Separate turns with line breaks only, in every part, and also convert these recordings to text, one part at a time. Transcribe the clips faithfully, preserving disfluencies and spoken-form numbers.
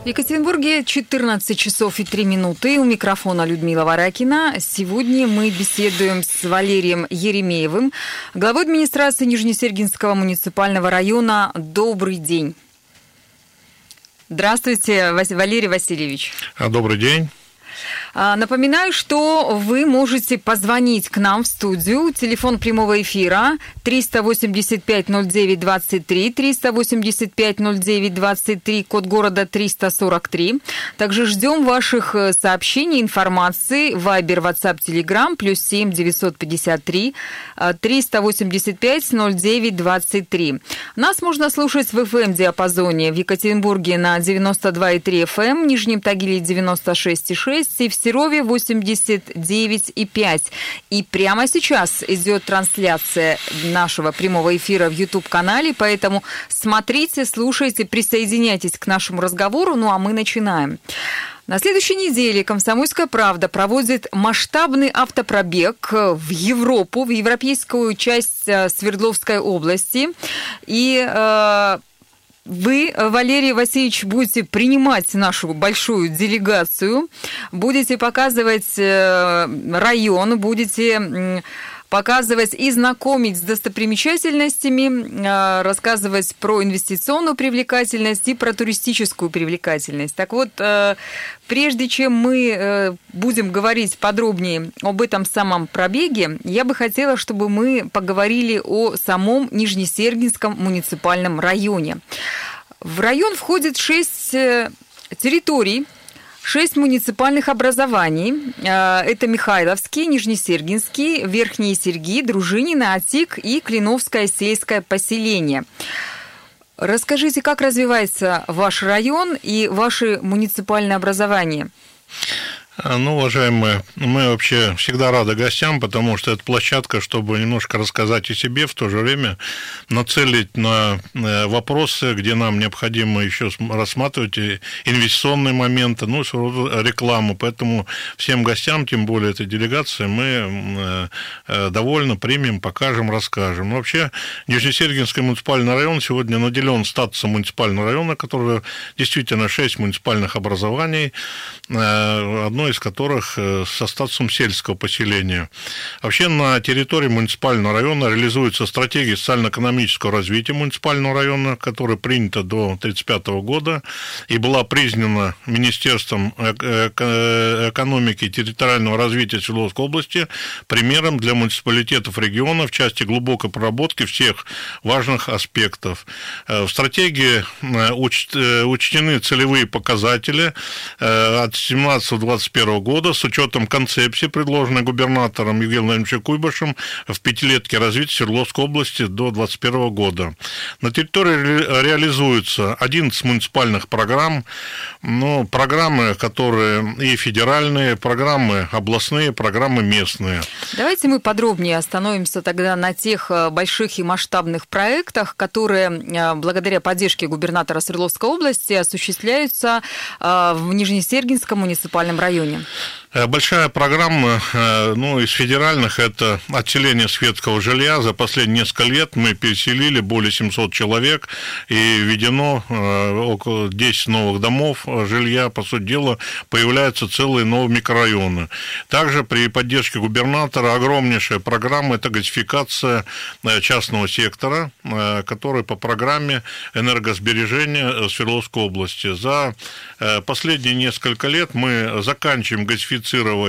В Екатеринбурге четырнадцать часов и три минуты. У микрофона Людмила Варакина. Сегодня мы беседуем с Валерием Еремеевым, главой администрации Нижнесергинского муниципального района. Добрый день. Здравствуйте, Валерий Васильевич.
Добрый день.
Напоминаю, что вы можете позвонить к нам в студию. Телефон прямого эфира триста восемьдесят пять ноль девять двадцать три, триста восемьдесят пять ноль девять двадцать три, код города триста сорок три. Также ждем ваших сообщений, информации. Вайбер, WhatsApp, Telegram, плюс семь девятьсот пятьдесят три триста восемьдесят пять ноль девять двадцать три. Нас можно слушать в эф эм-диапазоне в Екатеринбурге на девяносто два и три эф эм, Нижнем Тагиле девяносто шесть и шесть и в Серове восемьдесят девять и пять. И прямо сейчас идет трансляция нашего прямого эфира в YouTube-канале, поэтому смотрите, слушайте, присоединяйтесь к нашему разговору, ну а мы начинаем. На следующей неделе «Комсомольская правда» проводит масштабный автопробег в Европу, в европейскую часть Свердловской области. И э, вы, Валерий Васильевич, будете принимать нашу большую делегацию, будете показывать район, будете показывать и знакомить с достопримечательностями, рассказывать про инвестиционную привлекательность и про туристическую привлекательность. Так вот, прежде чем мы будем говорить подробнее об этом самом пробеге, я бы хотела, чтобы мы поговорили о самом Нижнесергинском муниципальном районе. В район входит шесть территорий, Шесть муниципальных образований. Это Михайловский, Нижнесергинский, Верхние Серги, Дружинино, Атик и Клиновское сельское поселение. Расскажите, как развивается ваш район и ваши муниципальные образования?
Ну, уважаемые, мы вообще всегда рады гостям, потому что это площадка, чтобы немножко рассказать о себе, в то же время нацелить на вопросы, где нам необходимо еще рассматривать инвестиционные моменты, ну, рекламу. Поэтому всем гостям, тем более этой делегации, мы довольно примем, покажем, расскажем. Но вообще Нижнесергинский муниципальный район сегодня наделен статусом муниципального района, который действительно шесть муниципальных образований, одно из которых со статусом сельского поселения. Вообще на территории муниципального района реализуется стратегия социально-экономического развития муниципального района, которая принята до две тысячи тридцать пятого года и была признана Министерством экономики и территориального развития Свердловской области примером для муниципалитетов региона в части глубокой проработки всех важных аспектов. В стратегии учтены целевые показатели от семнадцатого до двадцать первого года с учетом концепции, предложенной губернатором Евгением Владимировичем Куйбышем в пятилетке развития Свердловской области до двадцать первого года. На территории реализуются одиннадцать муниципальных программ, но программы, которые и федеральные, программы областные, программы местные.
Давайте мы подробнее остановимся тогда на тех больших и масштабных проектах, которые благодаря поддержке губернатора Свердловской области осуществляются в Нижнесергинском муниципальном районе.
Большая программа, ну, из федеральных, это отселение светского жилья. За последние несколько лет мы переселили более семьсот человек и введено около десяти новых домов жилья. По сути дела, появляются целые новые микрорайоны. Также при поддержке губернатора огромнейшая программа – это газификация частного сектора, который по программе энергосбережения Свердловской области. За последние несколько лет мы заканчиваем газифицировать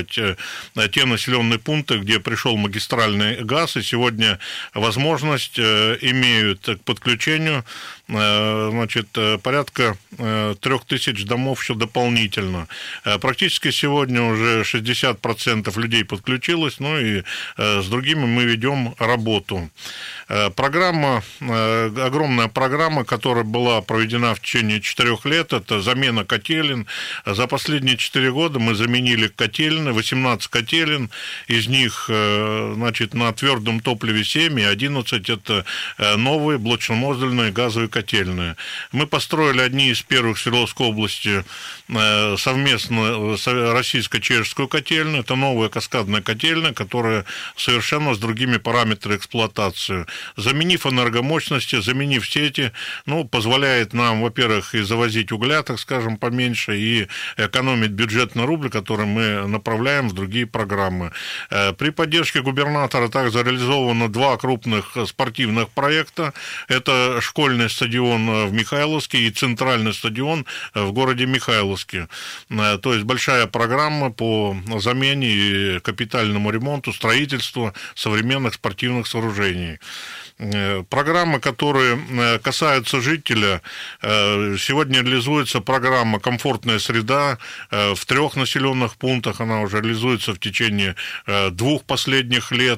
те населенные пункты, где пришел магистральный газ, и сегодня возможность имеют к подключению, значит, порядка трех тысяч домов еще дополнительно. Практически сегодня уже шестьдесят процентов людей подключилось, ну и с другими мы ведем работу. Программа, огромная программа, которая была проведена в течение четырех лет, это замена котелен. За последние четыре года мы заменили котельные, восемнадцать котелен, из них, значит, на твердом топливе семь, и одиннадцать это новые блочно-модульные газовые котельные. котельные. Мы построили одни из первых в Свердловской области совместно российско-чешскую котельную. Это новая каскадная котельная, которая совершенно с другими параметрами эксплуатации. Заменив энергомощности, заменив сети, ну, позволяет нам, во-первых, и завозить угля, так скажем, поменьше, и экономить бюджет на рубль, который мы направляем в другие программы. При поддержке губернатора также реализовано два крупных спортивных проекта. Это школьный стадион в Михайловске и центральный стадион в городе Михайловске. То есть большая программа по замене и капитальному ремонту, строительству современных спортивных сооружений. Программы, которые касаются жителя, сегодня реализуется программа «Комфортная среда» в трех населенных пунктах, она уже реализуется в течение двух последних лет.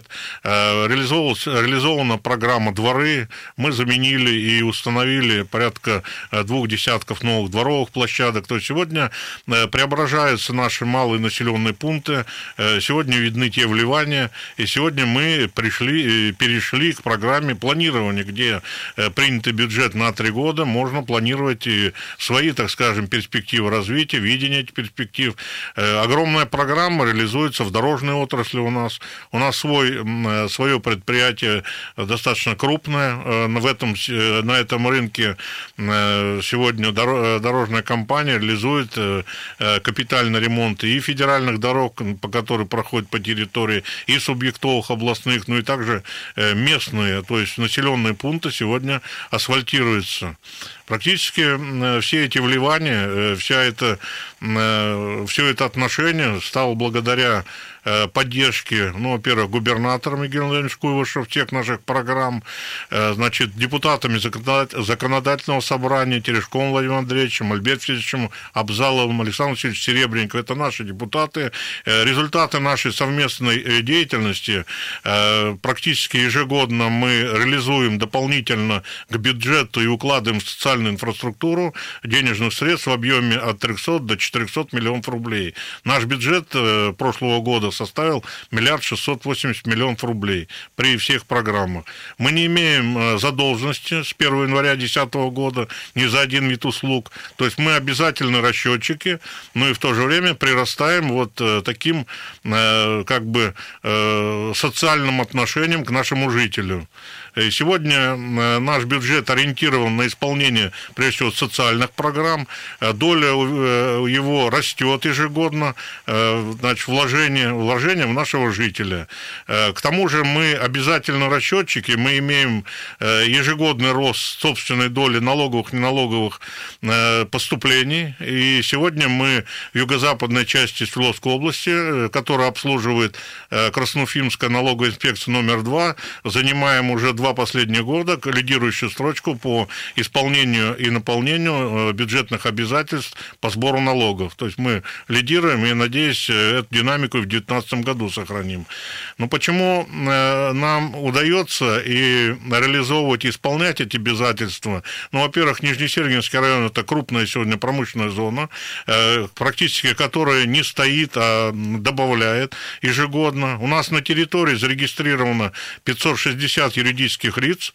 Реализована программа «Дворы», мы заменили и установили порядка двух десятков новых дворовых площадок. То есть сегодня преображаются наши малые населенные пункты, сегодня видны те вливания, и сегодня мы пришли, перешли к программе планирования, где принятый бюджет на три года, можно планировать и свои, так скажем, перспективы развития, видение этих перспектив. Огромная программа реализуется в дорожной отрасли у нас. У нас свой, свое предприятие достаточно крупное. В этом, на этом рынке сегодня дорожная компания реализует капитальный ремонт и федеральных дорог, по которым проходят по территории, и субъектовых областных, ну и также местные, то есть населенные пункты сегодня асфальтируются. Практически все эти вливания, вся эта, все это отношение стало благодаря поддержке, ну, во-первых, губернатором Евгением Владимировичем Куйвашевым всех наших программ, значит, депутатами законодательного собрания Терешковым Владимиром Андреевичем, Альбертом Федоровичем Абзаловым, Александром Васильевичем Серебренниковым. Это наши депутаты. Результаты нашей совместной деятельности практически ежегодно мы реализуем дополнительно к бюджету и укладываем в социальную инфраструктуру денежных средств в объеме от трехсот до четырехсот миллионов рублей. Наш бюджет прошлого года составил миллиард шестьсот восемьдесят миллионов рублей при всех программах. Мы не имеем задолженности с первого января две тысячи десятого года ни за один вид услуг. То есть мы обязательно расчетчики, но и в то же время прирастаем вот таким как бы социальным отношением к нашему жителю. Сегодня наш бюджет ориентирован на исполнение, прежде всего, социальных программ. Доля его растет ежегодно, значит, вложение, вложение в нашего жителя. К тому же мы обязательно расчетчики, мы имеем ежегодный рост собственной доли налоговых и неналоговых поступлений. И сегодня мы в юго-западной части Свердловской области, которая обслуживает Красноуфимская налоговая инспекция номер два, занимаем уже два последних года лидирующую строчку по исполнению и наполнению бюджетных обязательств по сбору налогов. То есть мы лидируем и, надеюсь, эту динамику в две тысячи девятнадцатом году сохраним. Но почему нам удается и реализовывать, и исполнять эти обязательства? Ну, во-первых, Нижнесергинский район – это крупная сегодня промышленная зона, практически которая не стоит, а добавляет ежегодно. У нас на территории зарегистрировано пятьсот шестьдесят юридических лиц,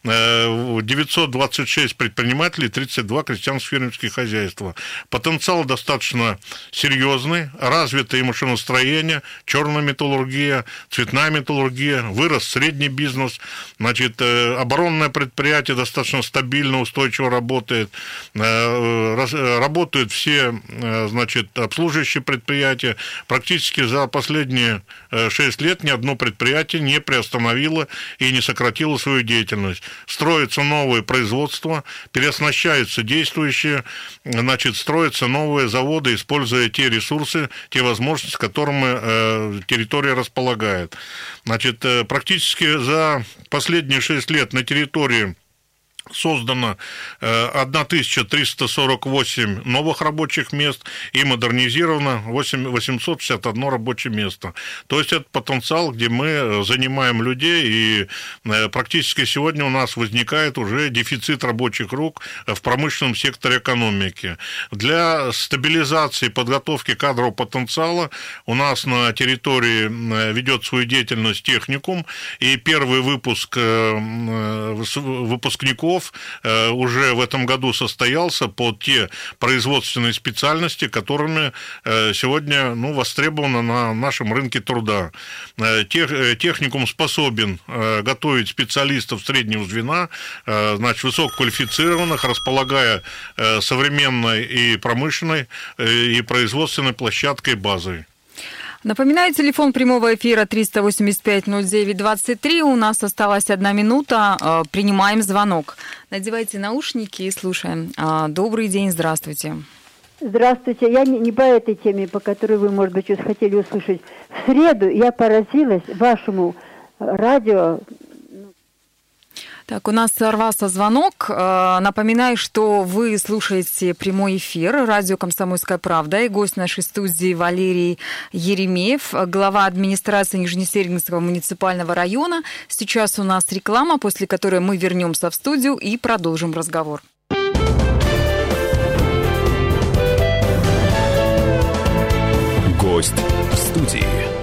девятьсот двадцать шесть предпринимателей, тридцать два крестьянско-фермерских хозяйства. Потенциал достаточно серьезный, развитое машиностроение, черная металлургия, цветная металлургия, вырос средний бизнес, значит, оборонное предприятие достаточно стабильно, устойчиво работает, работают все, значит, обслуживающие предприятия. Практически за последние шесть лет ни одно предприятие не приостановило и не сократило свою деятельность. Строятся новые производства, переоснащаются действующие, значит, строятся новые заводы, используя те ресурсы, те возможности, которыми э, территория располагает. Значит, э, практически за последние шесть лет на территории создано тысяча триста сорок восемь новых рабочих мест и модернизировано восемьсот шестьдесят одно рабочее место. То есть это потенциал, где мы занимаем людей, и практически сегодня у нас возникает уже дефицит рабочих рук в промышленном секторе экономики. Для стабилизации и подготовки кадрового потенциала у нас на территории ведет свою деятельность техникум, и первый выпуск выпускников выпускников уже в этом году состоялся под те производственные специальности, которыми сегодня, ну, востребовано на нашем рынке труда. Техникум способен готовить специалистов среднего звена, значит, высококвалифицированных, располагая современной и промышленной, и производственной площадкой, базой.
Напоминаю, телефон прямого эфира триста восемьдесят пять ноль девять двадцать три. У нас осталась одна минута. Принимаем звонок. Надевайте наушники и слушаем. Добрый день, здравствуйте.
Здравствуйте. Я не, не по этой теме, по которой вы, может быть, хотели услышать. В среду я поразилась вашему радио.
Так, у нас сорвался звонок. Напоминаю, что вы слушаете прямой эфир радио «Комсомольская правда», и гость нашей студии Валерий Еремеев, глава администрации Нижнесергинского муниципального района. Сейчас у нас реклама, после которой мы вернемся в студию и продолжим разговор.
Гость в студии.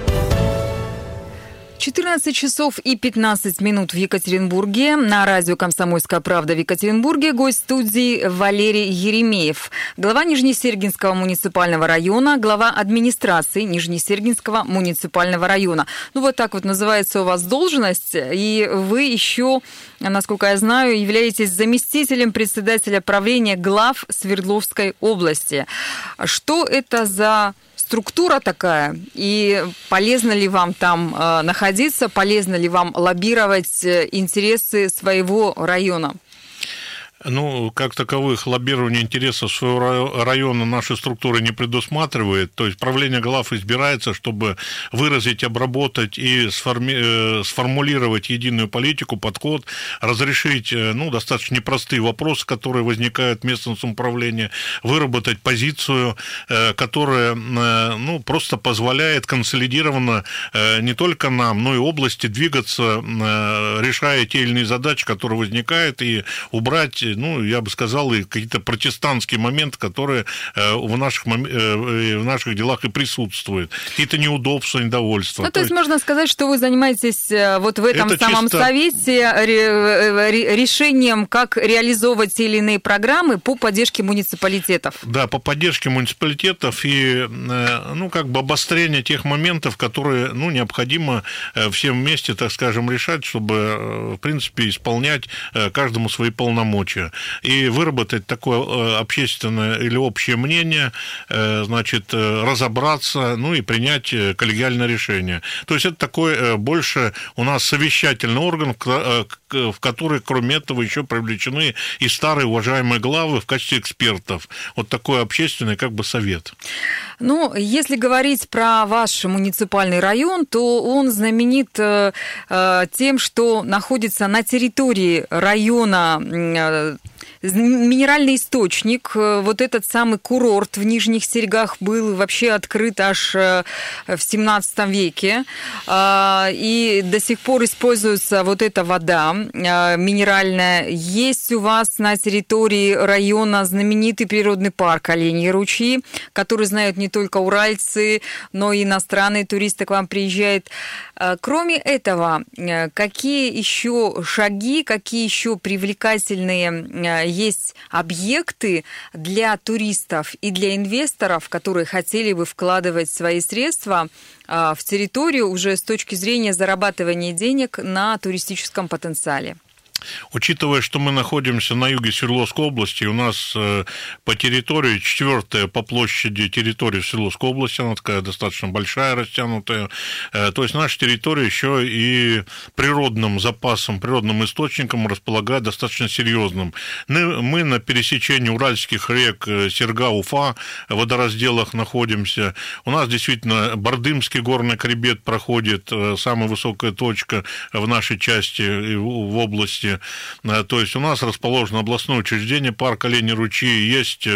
четырнадцать часов и пятнадцать минут в Екатеринбурге. На радио «Комсомольская правда» в Екатеринбурге гость студии Валерий Еремеев, глава Нижнесергинского муниципального района, глава администрации Нижнесергинского муниципального района. Ну, вот так вот называется у вас должность, и вы еще, насколько я знаю, являетесь заместителем председателя правления глав Свердловской области. Что это за структура такая, и полезно ли вам там э, находиться, полезно ли вам лоббировать интересы своего района?
Ну, как таковых лоббирования интересов своего района наши структуры не предусматривает. То есть правление глав избирается, чтобы выразить, обработать и сформи... сформулировать единую политику, подход, разрешить, ну, достаточно непростые вопросы, которые возникают в местном самоуправлении, выработать позицию, которая, ну, просто позволяет консолидированно не только нам, но и области двигаться, решая те или иные задачи, которые возникают, и убрать, ну, я бы сказал, и какие-то протестантские моменты, которые в наших, в наших делах и присутствуют. Какие-то неудобства, недовольства.
Ну, то, то есть, есть можно сказать, что вы занимаетесь вот в этом самом чисто... совете решением, как реализовывать те или иные программы по поддержке муниципалитетов. Да, по поддержке муниципалитетов и, ну, как бы обострение тех моментов, которые, ну, необходимо всем вместе, так скажем, решать, чтобы, в принципе, исполнять каждому свои полномочия. И выработать такое общественное или общее мнение, значит, разобраться, ну и принять коллегиальное решение. То есть это такой больше у нас совещательный орган, в который, кроме этого, еще привлечены и старые уважаемые главы в качестве экспертов. Вот такой общественный как бы совет. Ну, если говорить про ваш муниципальный район, то он знаменит тем, что находится на территории района минеральный источник. Вот этот самый курорт в Нижних Серегах был вообще открыт аж в семнадцатом веке. И до сих пор используется вот эта вода минеральная. Есть у вас на территории района знаменитый природный парк Оленьи ручьи, который знают не только уральцы, но и иностранные туристы к вам приезжают. Кроме этого, какие еще шаги, какие еще привлекательные есть объекты для туристов и для инвесторов, которые хотели бы вкладывать свои средства в территорию уже с точки зрения зарабатывания денег на туристическом потенциале? Учитывая, что мы находимся на юге Свердловской области, у нас по территории четвертая по площади территория Свердловской области, она такая достаточно большая, растянутая, то есть наша территория еще и природным запасом, природным источником располагает достаточно серьезным. Мы на пересечении уральских рек Серга-Уфа в водоразделах находимся. У нас действительно Бардымский горный хребет проходит, самая высокая точка в нашей части, в области. То есть у нас расположено областное учреждение, парк Оленьи ручьи, есть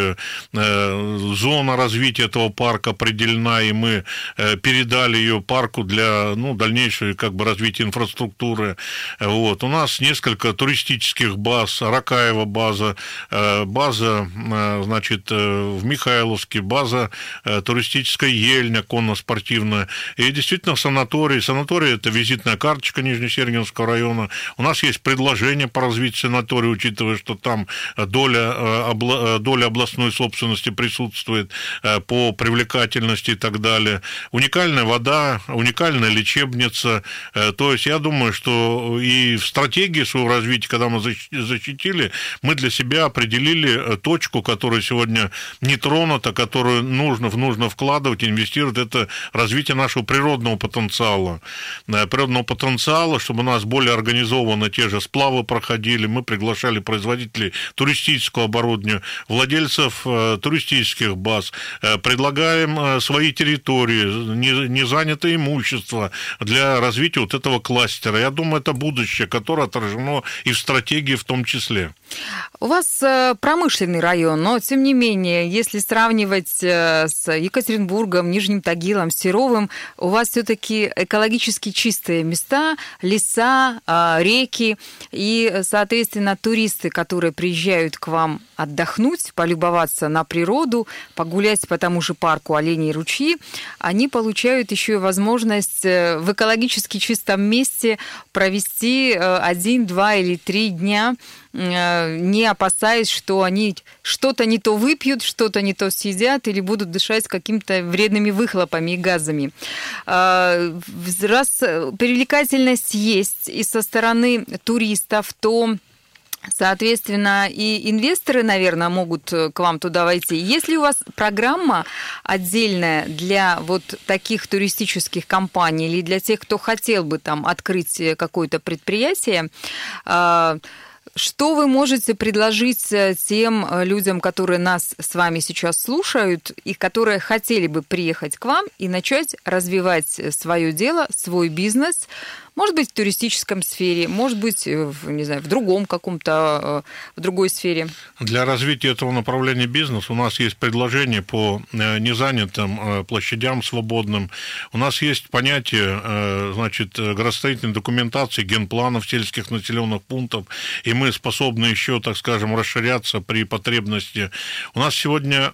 зона развития этого парка определена, и мы передали ее парку для, ну, дальнейшего как бы развития инфраструктуры. Вот. У нас несколько туристических баз, Ракаева база, база, значит, в Михайловске, база туристическая Ельня, конно-спортивная, и действительно санаторий. Санаторий – это визитная карточка Нижнесергинского района. У нас есть предложение
предложения по развитию санатория, учитывая, что там доля, доля областной собственности присутствует по привлекательности и так далее. Уникальная вода, уникальная лечебница. То есть я думаю, что и в стратегии своего развития, когда мы защитили, мы для себя определили точку, которая сегодня не тронута, которую нужно, нужно вкладывать, инвестировать. Это развитие нашего природного потенциала. Природного потенциала, чтобы у нас более организованно те же сплавы проходили. Мы приглашали производителей туристического оборудования, владельцев туристических баз, предлагаем свои территории, незанятое имущество для развития вот этого кластера. Я думаю, это будущее, которое отражено и в стратегии в том числе.
У вас промышленный район, но, тем не менее, если сравнивать с Екатеринбургом, Нижним Тагилом, Серовым, у вас все-таки экологически чистые места, леса, реки, и, соответственно, туристы, которые приезжают к вам отдохнуть, полюбоваться на природу, погулять по тому же парку Оленей ручьи, они получают еще и возможность в экологически чистом месте провести один, два или три дня, не опасаясь, что они что-то не то выпьют, что-то не то съедят или будут дышать какими-то вредными выхлопами и газами. Раз привлекательность есть и со стороны туристов, то, соответственно, и инвесторы, наверное, могут к вам туда войти. Есть ли у вас программа отдельная для вот таких туристических компаний или для тех, кто хотел бы там открыть какое-то предприятие? Что вы можете предложить тем людям, которые нас с вами сейчас слушают и которые хотели бы приехать к вам и начать развивать свое дело, свой бизнес, может быть, в туристическом сфере, может быть, в, не знаю, в другом каком-то, в другой сфере? Для развития этого направления бизнеса у нас есть предложение по незанятым площадям свободным. У нас есть понятие, значит, градостроительной документации, генпланов сельских населенных пунктов, и мы способны еще, так скажем, расширяться при потребности. У нас сегодня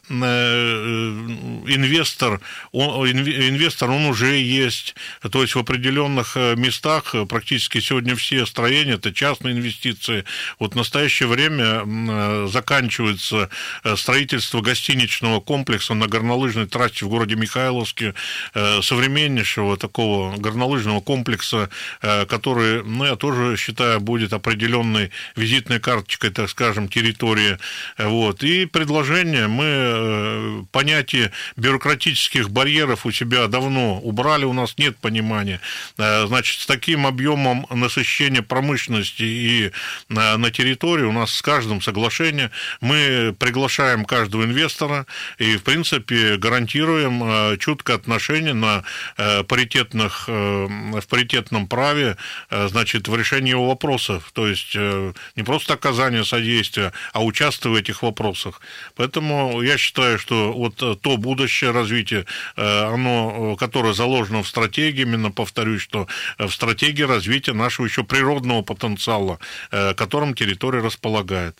инвестор, он, инвестор, он уже есть, то есть в определенных местах практически сегодня все строения – это частные инвестиции. Вот в настоящее время заканчивается строительство гостиничного комплекса на горнолыжной трассе в городе Михайловске, современнейшего такого горнолыжного комплекса, который, ну, я тоже считаю, будет определенной визитной карточкой, так скажем, территории. Вот. И предложение, мы понятие бюрократических барьеров у себя давно убрали, у нас нет понимания. Значит, с таким таким объемом насыщения промышленности и на, на территории у нас с каждым соглашение. Мы приглашаем каждого инвестора и, в принципе, гарантируем чуткое отношение на паритетных, в паритетном праве, значит, в решении его вопросов. То есть не просто оказание содействия, а участвие в этих вопросах. Поэтому я считаю, что вот то будущее развитие, оно, которое заложено в стратегии, именно повторюсь, что в стратегии развития нашего еще природного потенциала, которым территория располагает.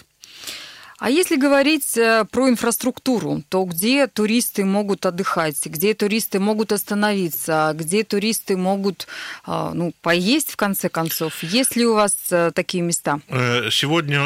А если говорить про инфраструктуру, то где туристы могут отдыхать, где туристы могут остановиться, где туристы могут, ну, поесть, в конце концов? Есть ли у вас такие места? Сегодня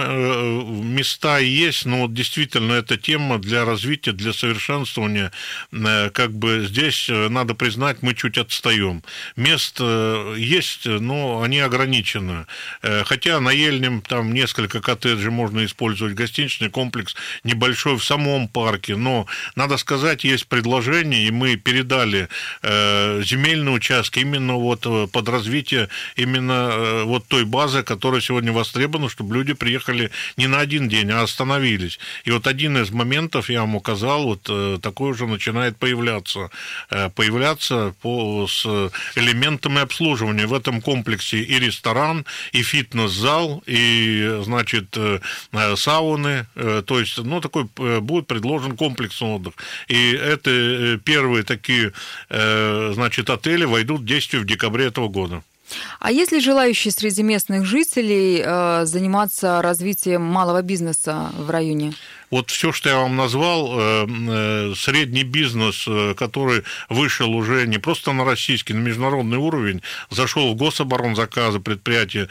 места есть, но вот действительно эта тема для развития, для совершенствования, как бы здесь, надо признать, мы чуть отстаем. Мест есть, но они ограничены. Хотя на Ельнем там несколько коттеджей можно использовать, гостиничный комплекс небольшой в самом парке, но, надо сказать, есть предложение, и мы передали э, земельные участки именно вот под развитие именно э, вот той базы, которая сегодня востребована, чтобы люди приехали не на один день, а остановились. И вот один из моментов, я вам указал, вот э, такой уже начинает появляться. Э, появляться по, с элементами обслуживания. В этом комплексе и ресторан, и фитнес-зал, и, значит, э, сауны. То есть, ну, такой будет предложен комплексный отдых. И это первые такие, значит, отели войдут в действие в декабре этого года. А есть ли желающие среди местных жителей заниматься развитием малого бизнеса в районе?
Вот все, что я вам назвал, средний бизнес, который вышел уже не просто на российский, на международный уровень, зашел в гособоронзаказы предприятия,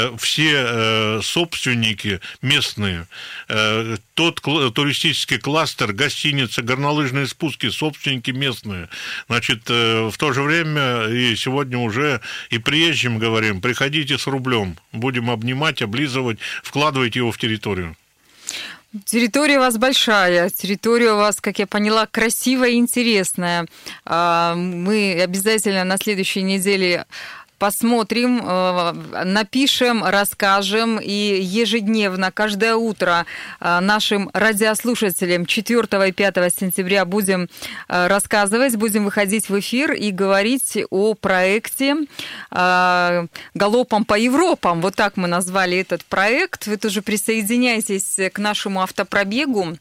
все собственники местные, тот туристический кластер, гостиницы, горнолыжные спуски, собственники местные. Значит, в то же время и сегодня уже и приезжим говорим, приходите с рублем, будем обнимать, облизывать, вкладывайте его в территорию.
Территория у вас большая, территория у вас, как я поняла, красивая и интересная. Мы обязательно на следующей неделе посмотрим, напишем, расскажем, и ежедневно, каждое утро нашим радиослушателям четвёртого и пятого сентября будем рассказывать, будем выходить в эфир и говорить о проекте «Галопом по Европам». Вот так мы назвали этот проект. Вы тоже присоединяйтесь к нашему автопробегу.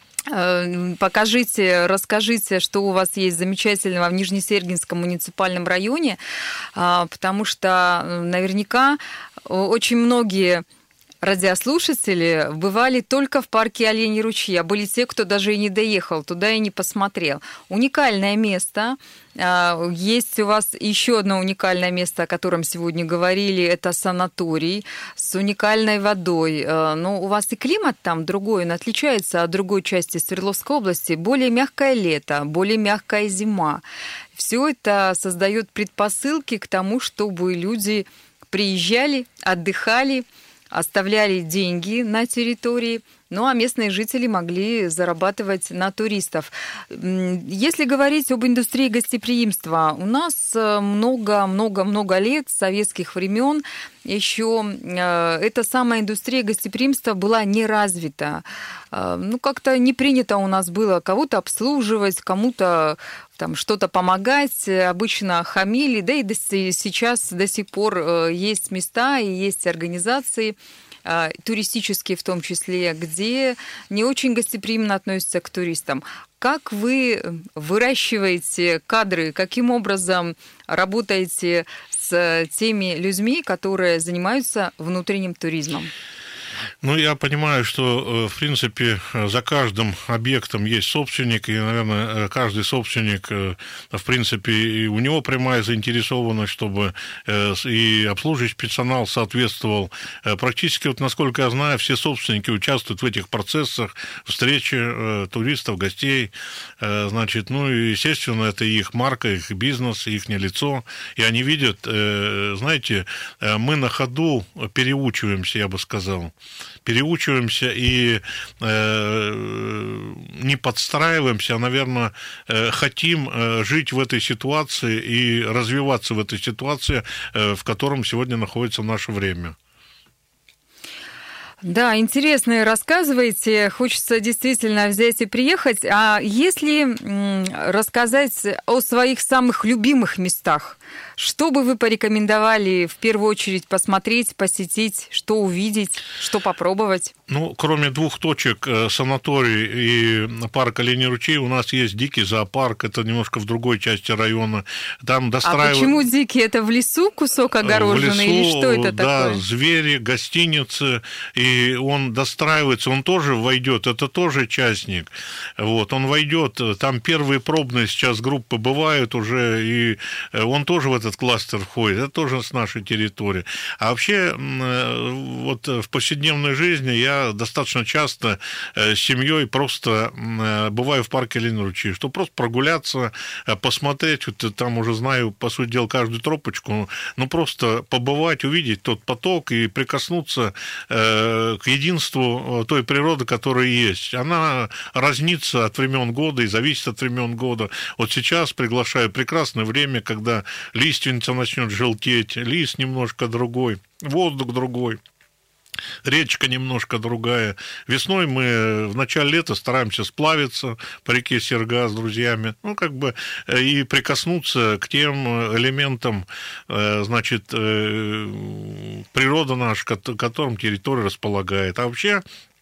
Покажите, расскажите, что у вас есть замечательного в Нижнесергинском муниципальном районе, потому что наверняка очень многие радиослушатели бывали только в парке Оленьи ручьи, а были те, кто даже и не доехал туда и не посмотрел. Уникальное место. Есть у вас еще одно уникальное место, о котором сегодня говорили, это санаторий с уникальной водой. Но у вас и климат там другой, он отличается от другой части Свердловской области. Более мягкое лето, более мягкая зима. Все это создает предпосылки к тому, чтобы люди приезжали, отдыхали, оставляли деньги на территории, ну а местные жители могли зарабатывать на туристов. Если говорить об индустрии гостеприимства, у нас много-много-много лет, с советских времен, еще эта самая индустрия гостеприимства была не развита. Ну, как-то не принято у нас было кого-то обслуживать, кому-то там что-то помогать. Обычно хамили, да и до, сейчас до сих пор есть места и есть организации, туристические в том числе, где не очень гостеприимно относятся к туристам. Как вы выращиваете кадры, каким образом работаете с теми людьми, которые занимаются внутренним туризмом?
Ну, я понимаю, что, в принципе, за каждым объектом есть собственник, и, наверное, каждый собственник, в принципе, и у него прямая заинтересованность, чтобы и обслуживающий персонал соответствовал. Практически, вот, насколько я знаю, все собственники участвуют в этих процессах, встречи туристов, гостей, значит, ну, и, естественно, это их марка, их бизнес, их лицо, и они видят, знаете, мы на ходу переучиваемся, я бы сказал, переучиваемся и э, не подстраиваемся, а, наверное, э, хотим э, жить в этой ситуации и развиваться в этой ситуации, э, в котором сегодня находится наше время.
Да, интересно рассказываете. Хочется действительно взять и приехать. А если рассказать о своих самых любимых местах, что бы вы порекомендовали в первую очередь посмотреть, посетить, что увидеть, что попробовать?
Ну, кроме двух точек, санаторий и парк Оленьи ручьи, у нас есть дикий зоопарк, это немножко в другой части района. Там достраивают...
А почему дикий? Это в лесу кусок огороженный, или что это
да,
такое?
Да, звери, гостиницы, и он достраивается, он тоже войдет, это тоже частник. Вот, он войдет, там первые пробные сейчас группы бывают уже, и он тоже в этот кластер входит, это тоже с нашей территории. А вообще, вот в повседневной жизни я достаточно часто с семьей просто бываю в парке Оленьи ручьи, чтобы просто прогуляться, посмотреть, вот там уже знаю, по сути дела, каждую тропочку, ну, просто побывать, увидеть тот поток и прикоснуться к единству той природы, которая есть. Она разнится от времен года и зависит от времен года. Вот сейчас приглашаю прекрасное время, когда лиственница начнет желтеть, лист немножко другой, воздух другой. Речка немножко другая. Весной мы в начале лета стараемся сплавиться по реке Серга с друзьями, ну, как бы, и прикоснуться к тем элементам, значит, природа наша, которым территория располагает. А вообще,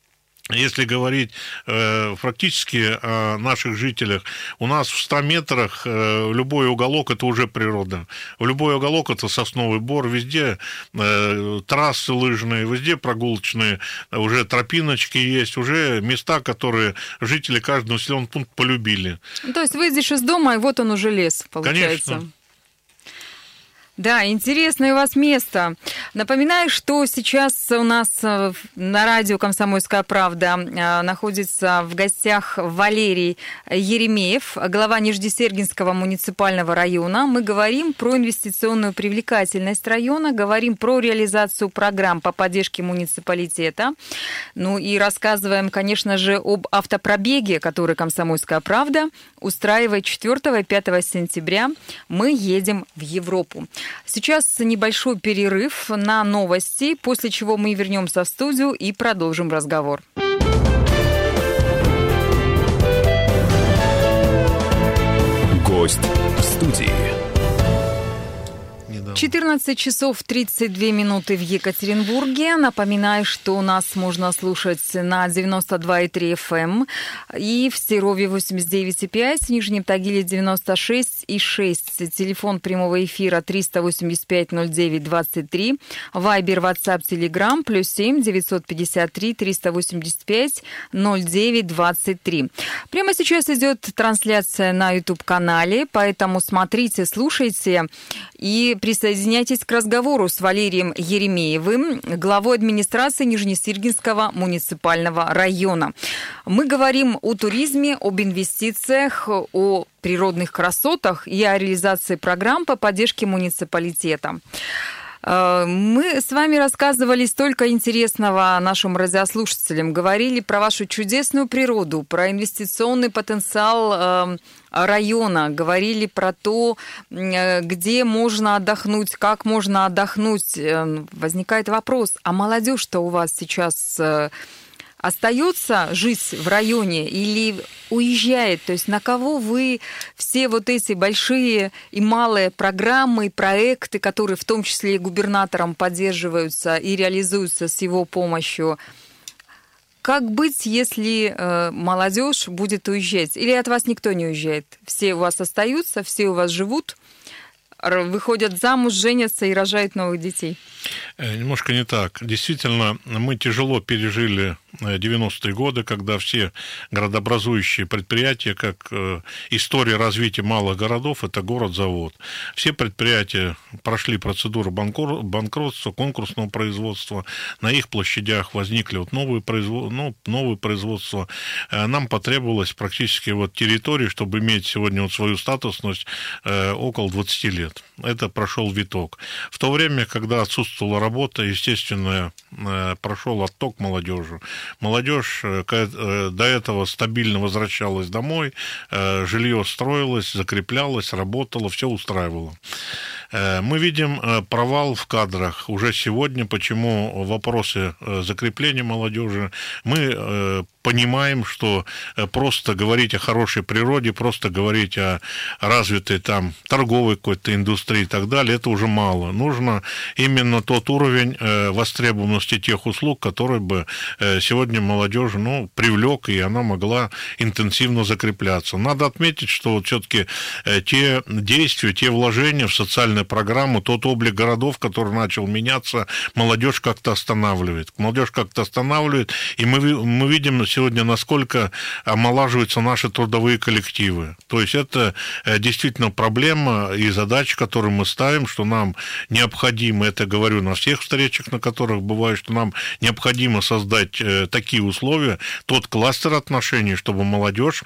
Если говорить э, практически о наших жителях, у нас в ста метрах э, любой уголок – это уже природа. Любой уголок – это сосновый бор, везде э, трассы лыжные, везде прогулочные, уже тропиночки есть, уже места, которые жители каждого населенного пункта полюбили.
То есть выйдешь из дома, и вот он уже лес, получается.
Конечно.
Да, интересное у вас место. Напоминаю, что сейчас у нас на радио «Комсомольская правда» находится в гостях Валерий Еремеев, глава Нижнесергинского муниципального района. Мы говорим про инвестиционную привлекательность района, говорим про реализацию программ по поддержке муниципалитета. Ну и рассказываем, конечно же, об автопробеге, который «Комсомольская правда» устраивает четвёртого и пятого сентября. Мы едем в Европу. Сейчас небольшой перерыв на новости, после чего мы вернемся в студию и продолжим разговор.
Гость в студии.
четырнадцать часов тридцать две минуты в Екатеринбурге. Напоминаю, что нас можно слушать на девяносто два и три эф эм и в Серове восемьдесят девять и пять, в Нижнем Тагиле девяносто шесть и шесть. Телефон прямого эфира триста восемьдесят пять ноль девять двадцать три. Вайбер, Ватсап, Телеграм плюс семь девятьсот пятьдесят три триста восемьдесят пять ноль девять двадцать три. Прямо сейчас идет трансляция на YouTube-канале, поэтому смотрите, слушайте и присоединяйтесь. Присоединяйтесь к разговору с Валерием Еремеевым, главой администрации Нижнесергинского муниципального района. Мы говорим о туризме, об инвестициях, о природных красотах и о реализации программ по поддержке муниципалитета. Мы с вами рассказывали столько интересного нашим радиослушателям, говорили про вашу чудесную природу, про инвестиционный потенциал района, говорили про то, где можно отдохнуть, как можно отдохнуть. Возникает вопрос, а молодежь-то у вас сейчас остается жить в районе или уезжает? То есть на кого вы все вот эти большие и малые программы, проекты, которые в том числе и губернатором поддерживаются и реализуются с его помощью, как быть, если э, молодежь будет уезжать? Или от вас никто не уезжает? Все у вас остаются, все у вас живут, выходят замуж, женятся и рожают новых детей?
Немножко не так. Действительно, мы тяжело пережили девяностые годы, когда все городообразующие предприятия, как история развития малых городов, это город-завод. Все предприятия прошли процедуру банкротства, конкурсного производства, на их площадях возникли вот новые, производ... ну, новые производства. Нам потребовалось практически вот территории, чтобы иметь сегодня вот свою статусность, около двадцати лет. Это прошел виток. В то время, когда отсутствовала работа, естественно, прошел отток молодежи. Молодежь до этого стабильно возвращалась домой, жилье строилось, закреплялось, работало, все устраивало. Мы видим провал в кадрах уже сегодня, почему вопросы закрепления молодежи. Мы понимаем, что просто говорить о хорошей природе, просто говорить о развитой там торговой какой-то индустрии и так далее, это уже мало. Нужно именно тот уровень востребованности тех услуг, который бы сегодня молодежь, ну, привлек, и она могла интенсивно закрепляться. Надо отметить, что вот все-таки те действия, те вложения в социальные программы, тот облик городов, который начал меняться, молодежь как-то останавливает. Молодежь как-то останавливает, и мы, мы видим сегодня, насколько омолаживаются наши трудовые коллективы. То есть это действительно проблема и задача, которую мы ставим, что нам необходимо, это говорю на всех встречах, на которых бывает, что нам необходимо создать такие условия, тот кластер отношений, чтобы молодежь,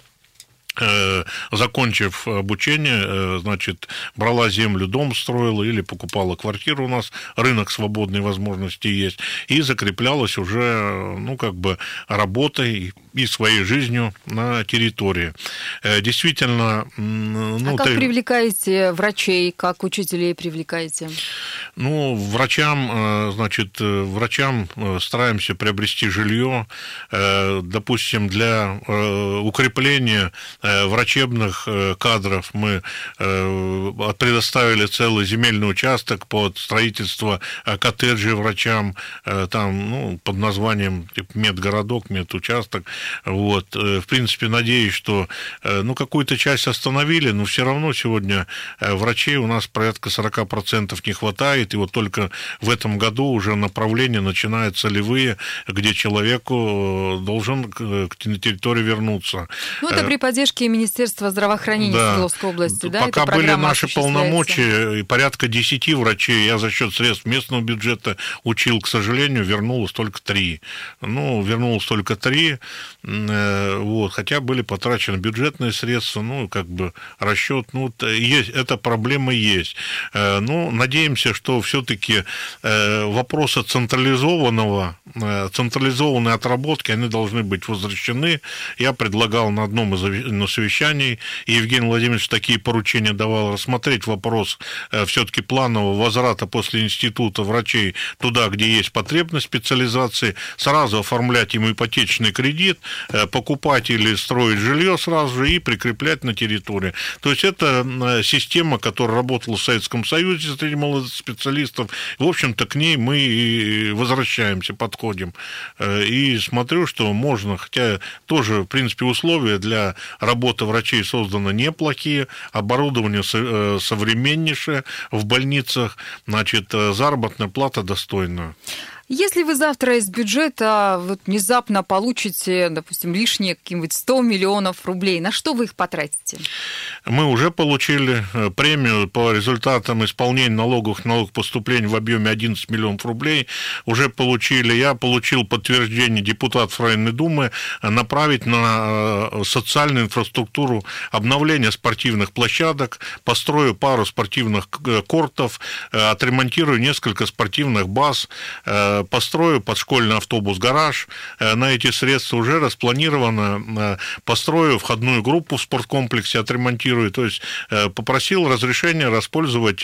закончив обучение, значит, брала землю, дом строила или покупала квартиру, у нас рынок свободной возможности есть, и закреплялась уже, ну, как бы, работой, и своей жизнью на территории. Действительно... Ну,
а как
ты...
привлекаете врачей, как учителей привлекаете?
Ну, врачам, значит, врачам стараемся приобрести жилье, допустим, для укрепления врачебных кадров мы предоставили целый земельный участок под строительство коттеджей врачам, там, ну, под названием типа медгородок, медучасток. Вот. В принципе, надеюсь, что, ну, какую-то часть остановили, но все равно сегодня врачей у нас порядка сорок процентов не хватает, и вот только в этом году уже направления начинают целевые, где человеку должен к территории вернуться.
Ну, это при поддержке Министерства здравоохранения
да.
Свердловской области, да?
Пока были наши полномочия, порядка десяти врачей, я за счет средств местного бюджета учил, к сожалению, вернулось только три. Ну, вернулось только три, вот, хотя были потрачены бюджетные средства, ну, как бы расчет, ну, есть, эта проблема есть. Ну, надеемся, что все-таки вопросы централизованного, централизованной отработки, они должны быть возвращены. Я предлагал на одном из совещаний, и Евгений Владимирович такие поручения давал, рассмотреть вопрос все-таки планового возврата после института врачей туда, где есть потребность специализации, сразу оформлять им ипотечный кредит, покупать или строить жилье сразу же и прикреплять на территории. То есть это система, которая работала в Советском Союзе среди молодых специалистов. В общем-то, к ней мы и возвращаемся, подходим. И смотрю, что можно, хотя тоже, в принципе, условия для работы врачей созданы неплохие, оборудование современнейшее в больницах, значит, заработная плата достойная.
Если вы завтра из бюджета вот внезапно получите, допустим, лишние какие-нибудь сто миллионов рублей, на что вы их потратите?
Мы уже получили премию по результатам исполнения налоговых налогов поступлений в объеме одиннадцать миллионов рублей. Уже получили, я получил подтверждение депутатов районной думы направить на социальную инфраструктуру обновление спортивных площадок, построю пару спортивных кортов, отремонтирую несколько спортивных баз, построю подшкольный автобус-гараж. На эти средства уже распланировано. Построю входную группу в спорткомплексе, отремонтирую. То есть попросил разрешения использовать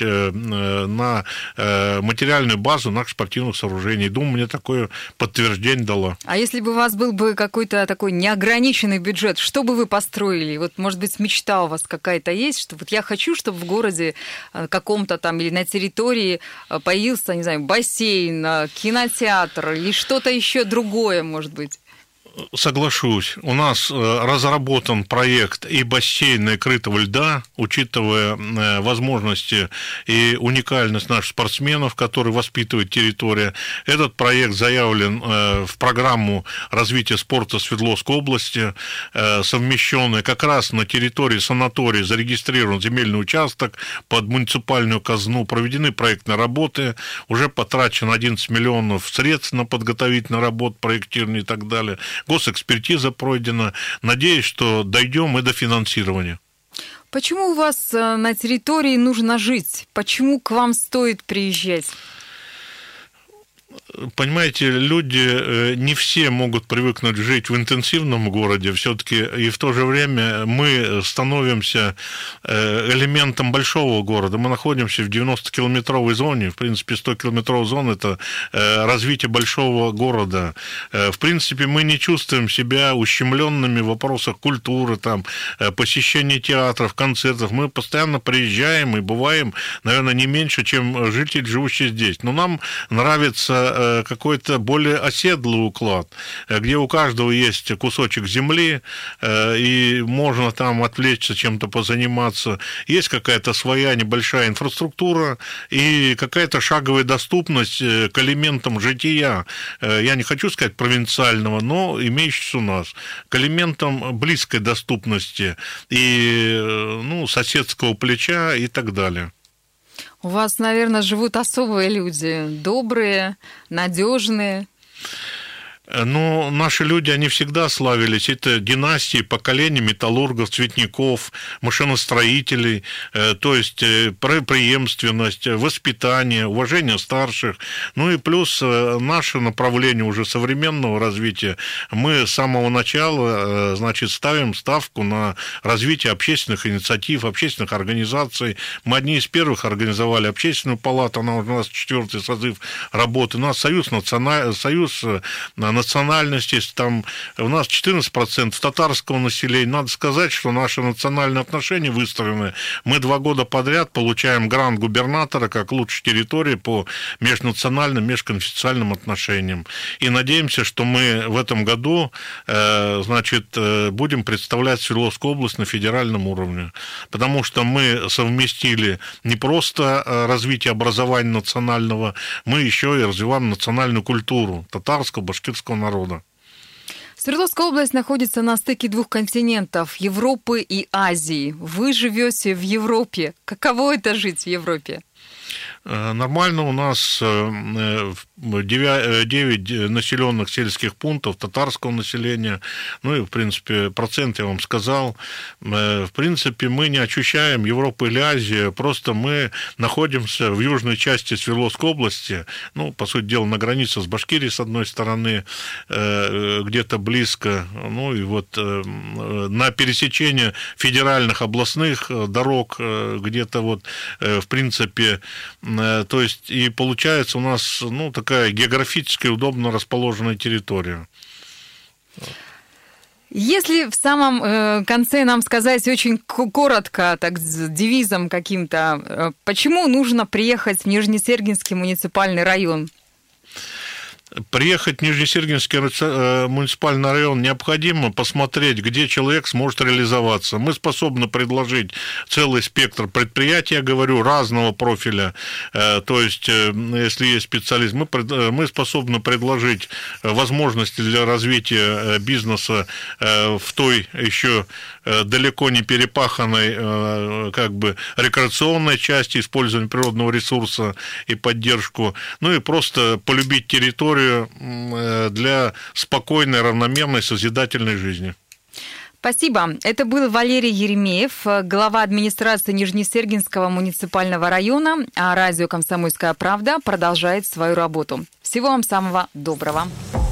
на материальную базу наших спортивных сооружений. Думаю, мне такое подтверждение дало.
А если бы у вас был бы какой-то такой неограниченный бюджет, что бы вы построили? Вот, может быть, мечта у вас какая-то есть, что вот я хочу, чтобы в городе каком-то там или на территории появился, не знаю, бассейн, кинотеатр, театр или что-то еще другое, может быть?
Соглашусь. У нас разработан проект и бассейна, и крытого льда, учитывая возможности и уникальность наших спортсменов, которые воспитывает территория. Этот проект заявлен в программу развития спорта Свердловской области, совмещенный как раз на территории санатория, зарегистрирован земельный участок под муниципальную казну, проведены проектные работы, уже потрачено одиннадцать миллионов средств на подготовительные работы, проектирование и так далее. Госэкспертиза пройдена. Надеюсь, что дойдем и до финансирования.
Почему у вас на территории нужно жить? Почему к вам стоит приезжать?
Понимаете, люди не все могут привыкнуть жить в интенсивном городе, все-таки и в то же время мы становимся элементом большого города. Мы находимся в девяностокилометровой зоне, в принципе, стокилометровая зона – это развитие большого города. В принципе, мы не чувствуем себя ущемленными в вопросах культуры, там, посещения театров, концертов. Мы постоянно приезжаем и бываем, наверное, не меньше, чем жители, живущие здесь. Но нам нравится какой-то более оседлый уклад, где у каждого есть кусочек земли, и можно там отвлечься, чем-то позаниматься. Есть какая-то своя небольшая инфраструктура и какая-то шаговая доступность к элементам жития. Я не хочу сказать провинциального, но имеющегося у нас. К элементам близкой доступности и, ну, соседского плеча и так далее.
У вас, наверное, живут особые люди, добрые, надежные.
Ну, наши люди, они всегда славились. Это династии, поколения металлургов, цветников, машиностроителей, то есть преемственность, воспитание, уважение старших. Ну и плюс наше направление уже современного развития. Мы с самого начала, значит, ставим ставку на развитие общественных инициатив, общественных организаций. Мы одни из первых организовали общественную палату, она у нас четвертый созыв работы. У нас союз, национа... союз национальностей, там у нас четырнадцать процентов татарского населения. Надо сказать, что наши национальные отношения выстроены. Мы два года подряд получаем грант губернатора как лучшая территория по межнациональным, межконфессиональным отношениям. И надеемся, что мы в этом году, значит, будем представлять Свердловскую область на федеральном уровне. Потому что мы совместили не просто развитие образования национального, мы еще и развиваем национальную культуру татарского, башкирского народа.
Свердловская область находится на стыке двух континентов – Европы и Азии. Вы живете в Европе. Каково это жить в Европе?
Нормально, у нас девять населенных сельских пунктов татарского населения, ну и, в принципе, процент я вам сказал. В принципе, мы не ощущаем Европу или Азию, просто мы находимся в южной части Свердловской области, ну, по сути дела, на границе с Башкирией, с одной стороны, где-то близко, ну и вот на пересечении федеральных областных дорог, где-то вот, в принципе, то есть, и получается у нас, ну, такая географически удобно расположенная территория.
Если в самом э, конце нам сказать очень коротко, так с девизом каким-то, э, почему нужно приехать в Нижнесергинский муниципальный район?
Приехать в Нижнесергинский муниципальный район необходимо посмотреть, где человек сможет реализоваться. Мы способны предложить целый спектр предприятий, я говорю, разного профиля. То есть, если есть специалист, мы, мы способны предложить возможности для развития бизнеса в той еще далеко не перепаханной, как бы, рекреационной части использования природного ресурса и поддержку. Ну и просто полюбить территорию для спокойной, равномерной, созидательной жизни.
Спасибо. Это был Валерий Еремеев, глава администрации Нижнесергинского муниципального района, а радио «Комсомольская правда» продолжает свою работу. Всего вам самого доброго.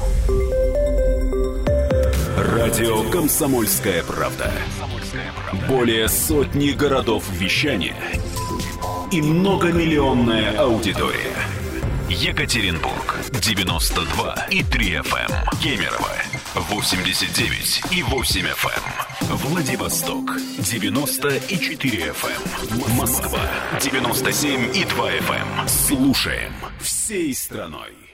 Радио «Комсомольская правда». Более сотни городов вещания и многомиллионная аудитория. Екатеринбург девяносто два и три эф эм, Кемерово восемьдесят девять и восемь эф эм, Владивосток девяносто и четыре эф эм, Москва девяносто семь и два эф эм. Слушаем всей страной.